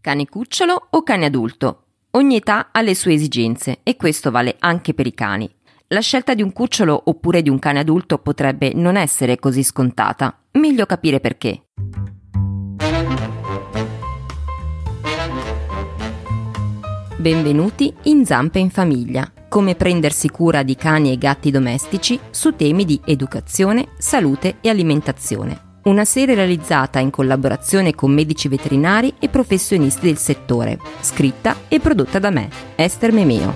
Cane cucciolo o cane adulto? Ogni età ha le sue esigenze e questo vale anche per i cani. La scelta di un cucciolo oppure di un cane adulto potrebbe non essere così scontata. Meglio capire perché. Benvenuti in Zampe in Famiglia. Come prendersi cura di cani e gatti domestici su temi di educazione, salute e alimentazione. Una serie realizzata in collaborazione con medici veterinari e professionisti del settore, scritta e prodotta da me, Ester Memeo.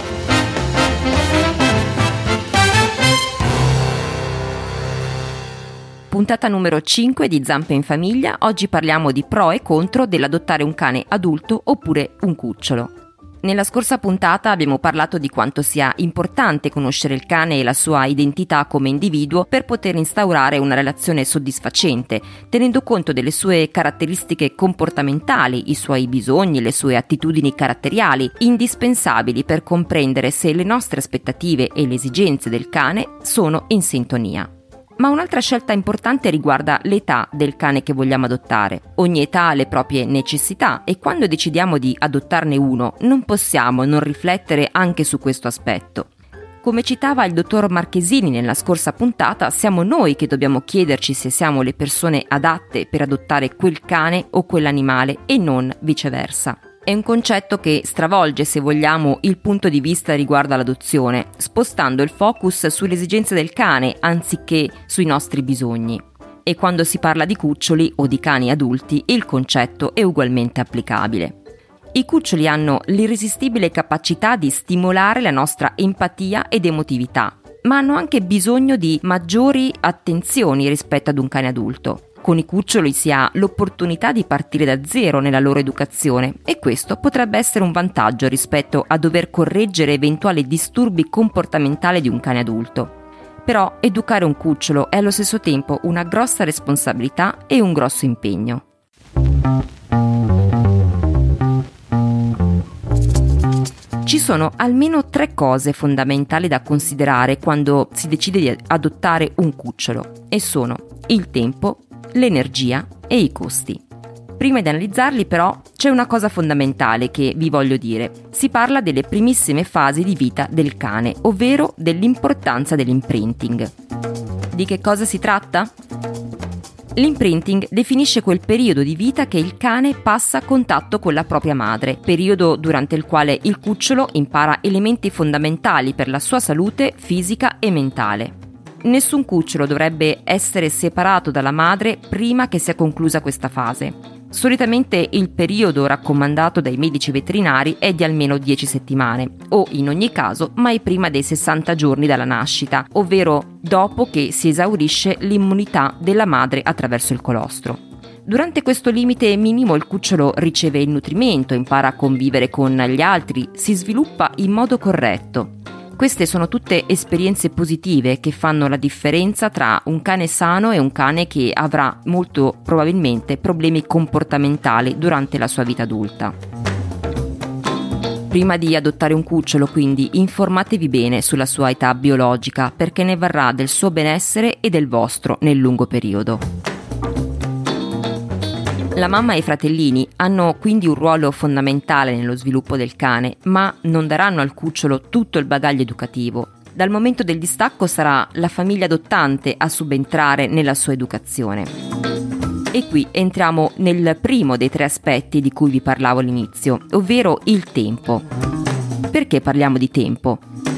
Puntata numero 5 di Zampe in Famiglia. Oggi parliamo di pro e contro dell'adottare un cane adulto oppure un cucciolo. Nella scorsa puntata abbiamo parlato di quanto sia importante conoscere il cane e la sua identità come individuo per poter instaurare una relazione soddisfacente, tenendo conto delle sue caratteristiche comportamentali, i suoi bisogni, le sue attitudini caratteriali, indispensabili per comprendere se le nostre aspettative e le esigenze del cane sono in sintonia. Ma un'altra scelta importante riguarda l'età del cane che vogliamo adottare. Ogni età ha le proprie necessità e quando decidiamo di adottarne uno non possiamo non riflettere anche su questo aspetto. Come citava il dottor Marchesini nella scorsa puntata, siamo noi che dobbiamo chiederci se siamo le persone adatte per adottare quel cane o quell'animale e non viceversa. È un concetto che stravolge, se vogliamo, il punto di vista riguardo all'adozione, spostando il focus sulle esigenze del cane anziché sui nostri bisogni. E quando si parla di cuccioli o di cani adulti, il concetto è ugualmente applicabile. I cuccioli hanno l'irresistibile capacità di stimolare la nostra empatia ed emotività, ma hanno anche bisogno di maggiori attenzioni rispetto ad un cane adulto. Con i cuccioli si ha l'opportunità di partire da zero nella loro educazione e questo potrebbe essere un vantaggio rispetto a dover correggere eventuali disturbi comportamentali di un cane adulto. Però educare un cucciolo è allo stesso tempo una grossa responsabilità e un grosso impegno. Ci sono almeno 3 cose fondamentali da considerare quando si decide di adottare un cucciolo e sono il tempo, l'energia e i costi. Prima di analizzarli però c'è una cosa fondamentale che vi voglio dire. Si parla delle primissime fasi di vita del cane, ovvero dell'importanza dell'imprinting. Di che cosa si tratta? L'imprinting definisce quel periodo di vita che il cane passa a contatto con la propria madre, periodo durante il quale il cucciolo impara elementi fondamentali per la sua salute fisica e mentale. Nessun cucciolo dovrebbe essere separato dalla madre prima che sia conclusa questa fase. Solitamente il periodo raccomandato dai medici veterinari è di almeno 10 settimane, o in ogni caso mai prima dei 60 giorni dalla nascita, ovvero dopo che si esaurisce l'immunità della madre attraverso il colostro. Durante questo limite minimo il cucciolo riceve il nutrimento, impara a convivere con gli altri, si sviluppa in modo corretto. Queste sono tutte esperienze positive che fanno la differenza tra un cane sano e un cane che avrà molto probabilmente problemi comportamentali durante la sua vita adulta. Prima di adottare un cucciolo, quindi, informatevi bene sulla sua età biologica perché ne varrà del suo benessere e del vostro nel lungo periodo. La mamma e i fratellini hanno quindi un ruolo fondamentale nello sviluppo del cane, ma non daranno al cucciolo tutto il bagaglio educativo. Dal momento del distacco sarà la famiglia adottante a subentrare nella sua educazione. E qui entriamo nel primo dei 3 aspetti di cui vi parlavo all'inizio, ovvero il tempo. Perché parliamo di tempo?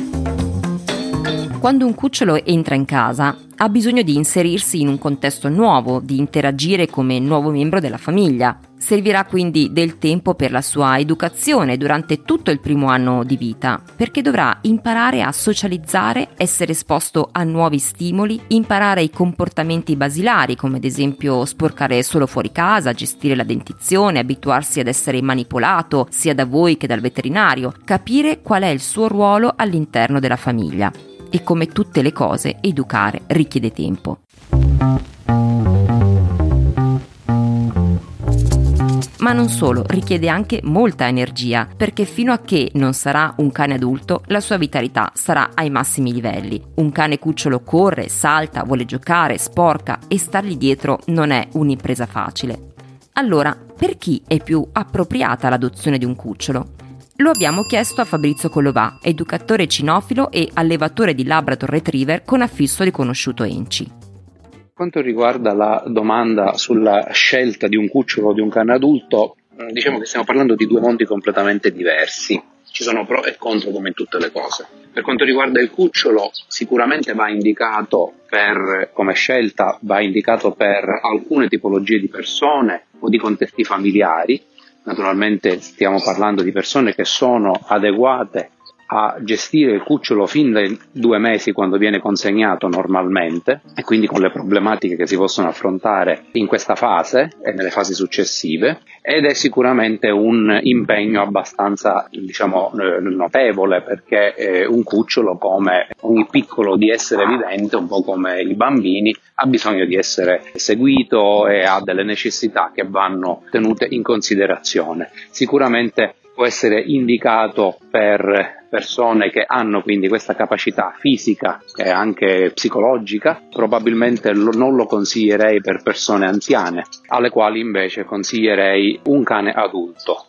Quando un cucciolo entra in casa, ha bisogno di inserirsi in un contesto nuovo, di interagire come nuovo membro della famiglia. Servirà quindi del tempo per la sua educazione durante tutto il primo anno di vita, perché dovrà imparare a socializzare, essere esposto a nuovi stimoli, imparare i comportamenti basilari, come ad esempio sporcare solo fuori casa, gestire la dentizione, abituarsi ad essere manipolato sia da voi che dal veterinario, capire qual è il suo ruolo all'interno della famiglia. E come tutte le cose, educare richiede tempo. Ma non solo, richiede anche molta energia, perché fino a che non sarà un cane adulto, la sua vitalità sarà ai massimi livelli. Un cane cucciolo corre, salta, vuole giocare, sporca e stargli dietro non è un'impresa facile. Allora, per chi è più appropriata l'adozione di un cucciolo? Lo abbiamo chiesto a Fabrizio Collovà, educatore cinofilo e allevatore di Labrador Retriever con affisso riconosciuto ENCI. Per quanto riguarda la domanda sulla scelta di un cucciolo o di un cane adulto, diciamo che stiamo parlando di due mondi completamente diversi. Ci sono pro e contro come in tutte le cose. Per quanto riguarda il cucciolo, sicuramente va indicato come scelta, va indicato per alcune tipologie di persone o di contesti familiari. Naturalmente stiamo parlando di persone che sono adeguate a gestire il cucciolo fin dai 2 mesi quando viene consegnato normalmente, e quindi con le problematiche che si possono affrontare in questa fase e nelle fasi successive, ed è sicuramente un impegno abbastanza notevole, perché un cucciolo, come ogni piccolo di essere vivente, un po' come i bambini, ha bisogno di essere seguito e ha delle necessità che vanno tenute in considerazione. Sicuramente può essere indicato per persone che hanno quindi questa capacità fisica e anche psicologica. Probabilmente non lo consiglierei per persone anziane, alle quali invece consiglierei un cane adulto.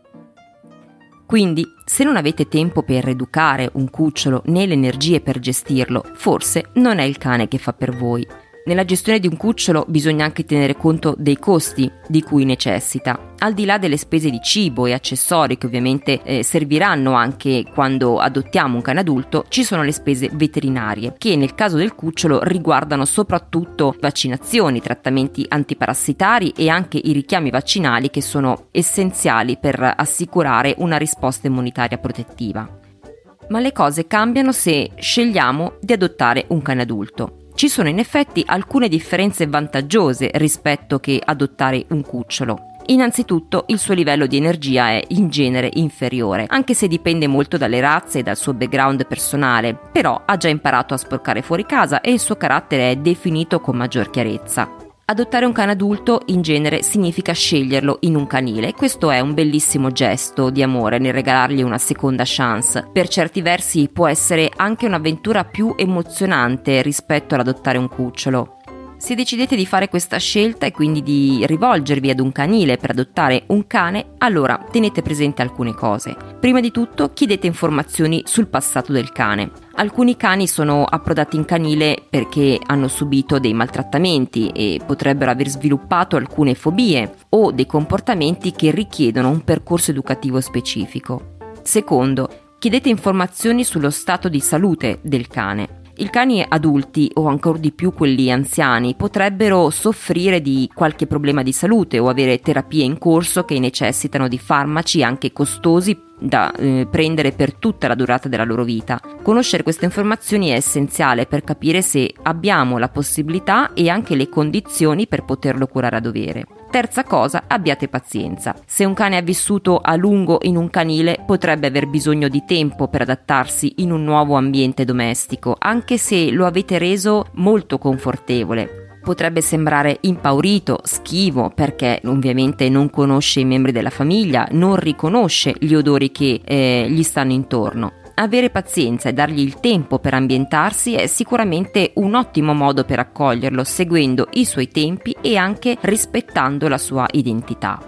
Quindi, se non avete tempo per educare un cucciolo né le energie per gestirlo, forse non è il cane che fa per voi. Nella gestione di un cucciolo bisogna anche tenere conto dei costi di cui necessita. Al di là delle spese di cibo e accessori che ovviamente serviranno anche quando adottiamo un cane adulto, ci sono le spese veterinarie che nel caso del cucciolo riguardano soprattutto vaccinazioni, trattamenti antiparassitari e anche i richiami vaccinali che sono essenziali per assicurare una risposta immunitaria protettiva. Ma le cose cambiano se scegliamo di adottare un cane adulto. Ci sono in effetti alcune differenze vantaggiose rispetto che adottare un cucciolo. Innanzitutto il suo livello di energia è in genere inferiore, anche se dipende molto dalle razze e dal suo background personale, però ha già imparato a sporcare fuori casa e il suo carattere è definito con maggior chiarezza. Adottare un cane adulto in genere significa sceglierlo in un canile. Questo è un bellissimo gesto di amore nel regalargli una seconda chance. Per certi versi può essere anche un'avventura più emozionante rispetto ad adottare un cucciolo. Se decidete di fare questa scelta e quindi di rivolgervi ad un canile per adottare un cane, allora tenete presente alcune cose. Prima di tutto, chiedete informazioni sul passato del cane. Alcuni cani sono approdati in canile perché hanno subito dei maltrattamenti e potrebbero aver sviluppato alcune fobie o dei comportamenti che richiedono un percorso educativo specifico. Secondo, chiedete informazioni sullo stato di salute del cane. I cani adulti, o ancora di più quelli anziani, potrebbero soffrire di qualche problema di salute o avere terapie in corso che necessitano di farmaci anche costosi da prendere per tutta la durata della loro vita. Conoscere queste informazioni è essenziale per capire se abbiamo la possibilità e anche le condizioni per poterlo curare a dovere. Terza cosa, abbiate pazienza. Se un cane ha vissuto a lungo in un canile, potrebbe aver bisogno di tempo per adattarsi in un nuovo ambiente domestico, anche se lo avete reso molto confortevole. Potrebbe sembrare impaurito, schivo, perché ovviamente non conosce i membri della famiglia, non riconosce gli odori che gli stanno intorno. Avere pazienza e dargli il tempo per ambientarsi è sicuramente un ottimo modo per accoglierlo, seguendo i suoi tempi e anche rispettando la sua identità.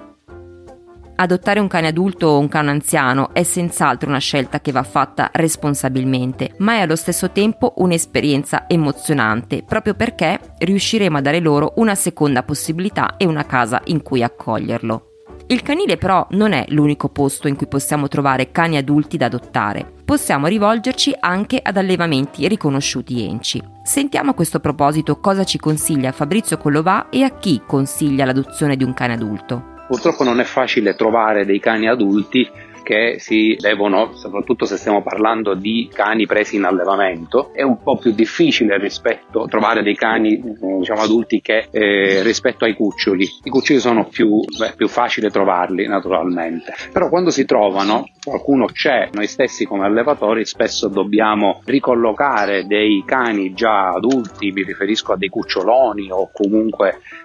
Adottare un cane adulto o un cane anziano è senz'altro una scelta che va fatta responsabilmente, ma è allo stesso tempo un'esperienza emozionante, proprio perché riusciremo a dare loro una seconda possibilità e una casa in cui accoglierlo. Il canile però non è l'unico posto in cui possiamo trovare cani adulti da adottare. Possiamo rivolgerci anche ad allevamenti riconosciuti ENCI. Sentiamo a questo proposito cosa ci consiglia Fabrizio Collovà e a chi consiglia l'adozione di un cane adulto. Purtroppo non è facile trovare dei cani adulti che si devono, soprattutto se stiamo parlando di cani presi in allevamento, è un po' più difficile trovare dei cani adulti che rispetto ai cuccioli. I cuccioli sono più facile trovarli naturalmente, però quando si trovano qualcuno c'è, noi stessi come allevatori spesso dobbiamo ricollocare dei cani già adulti, mi riferisco a dei cuccioloni o comunque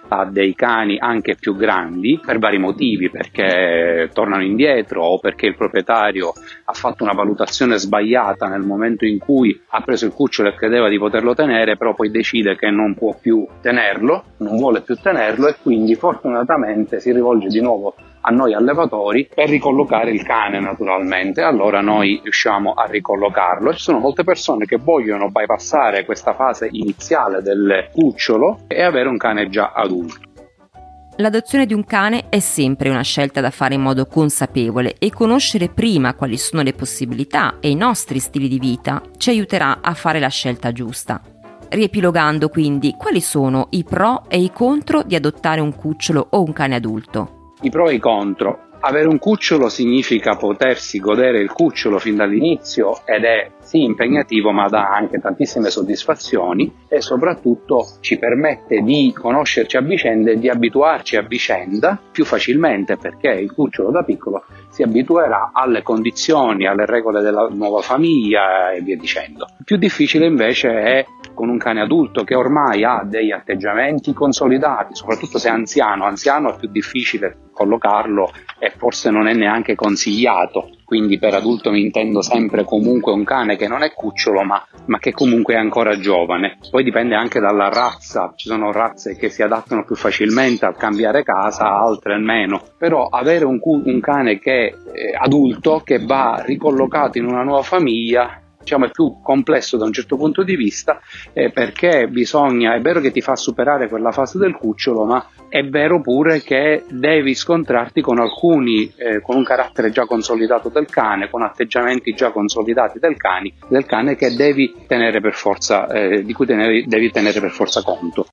a dei cani anche più grandi per vari motivi, perché tornano indietro o perché il proprietario ha fatto una valutazione sbagliata nel momento in cui ha preso il cucciolo e credeva di poterlo tenere, però poi decide che non può più tenerlo, non vuole più tenerlo, e quindi fortunatamente si rivolge di nuovo a noi allevatori per ricollocare il cane, naturalmente. Allora noi riusciamo a ricollocarlo. Ci sono molte persone che vogliono bypassare questa fase iniziale del cucciolo e avere un cane già adulto. L'adozione di un cane è sempre una scelta da fare in modo consapevole, e conoscere prima quali sono le possibilità e i nostri stili di vita ci aiuterà a fare la scelta giusta. Riepilogando quindi, quali sono i pro e i contro di adottare un cucciolo o un cane adulto? I pro e i contro. Avere un cucciolo significa potersi godere il cucciolo fin dall'inizio, ed è sì impegnativo, ma dà anche tantissime soddisfazioni, e soprattutto ci permette di conoscerci a vicenda e di abituarci a vicenda più facilmente, perché il cucciolo da piccolo si abituerà alle condizioni, alle regole della nuova famiglia e via dicendo. Più difficile invece è con un cane adulto che ormai ha degli atteggiamenti consolidati, soprattutto se è anziano è più difficile collocarlo e forse non è neanche consigliato. Quindi per adulto mi intendo sempre comunque un cane che non è cucciolo ma che comunque è ancora giovane. Poi dipende anche dalla razza, ci sono razze che si adattano più facilmente al cambiare casa, altre meno, però avere un cane che è adulto, che va ricollocato in una nuova famiglia, diciamo è più complesso da un certo punto di vista, perché è vero che ti fa superare quella fase del cucciolo, ma è vero pure che devi scontrarti con alcuni, con un carattere già consolidato del cane, con atteggiamenti già consolidati del cane che devi tenere per forza, di cui devi tenere per forza conto.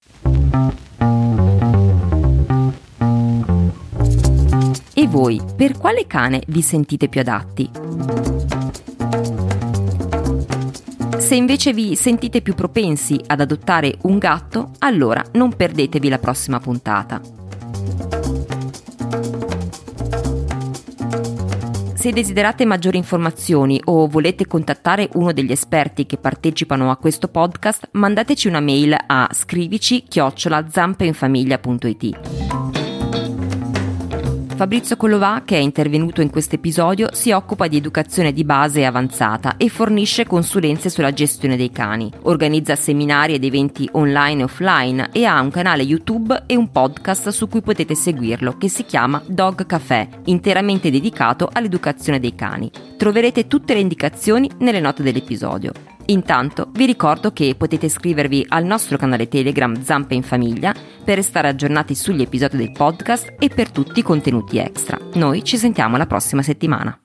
E voi, per quale cane vi sentite più adatti? Se invece vi sentite più propensi ad adottare un gatto, allora non perdetevi la prossima puntata. Se desiderate maggiori informazioni o volete contattare uno degli esperti che partecipano a questo podcast, mandateci una mail a scrivici@zampeinfamiglia.it. Fabrizio Collovà, che è intervenuto in questo episodio, si occupa di educazione di base e avanzata e fornisce consulenze sulla gestione dei cani. Organizza seminari ed eventi online e offline e ha un canale YouTube e un podcast su cui potete seguirlo, che si chiama Dog Café, interamente dedicato all'educazione dei cani. Troverete tutte le indicazioni nelle note dell'episodio. Intanto vi ricordo che potete iscrivervi al nostro canale Telegram Zampe in Famiglia per restare aggiornati sugli episodi del podcast e per tutti i contenuti extra. Noi ci sentiamo la prossima settimana.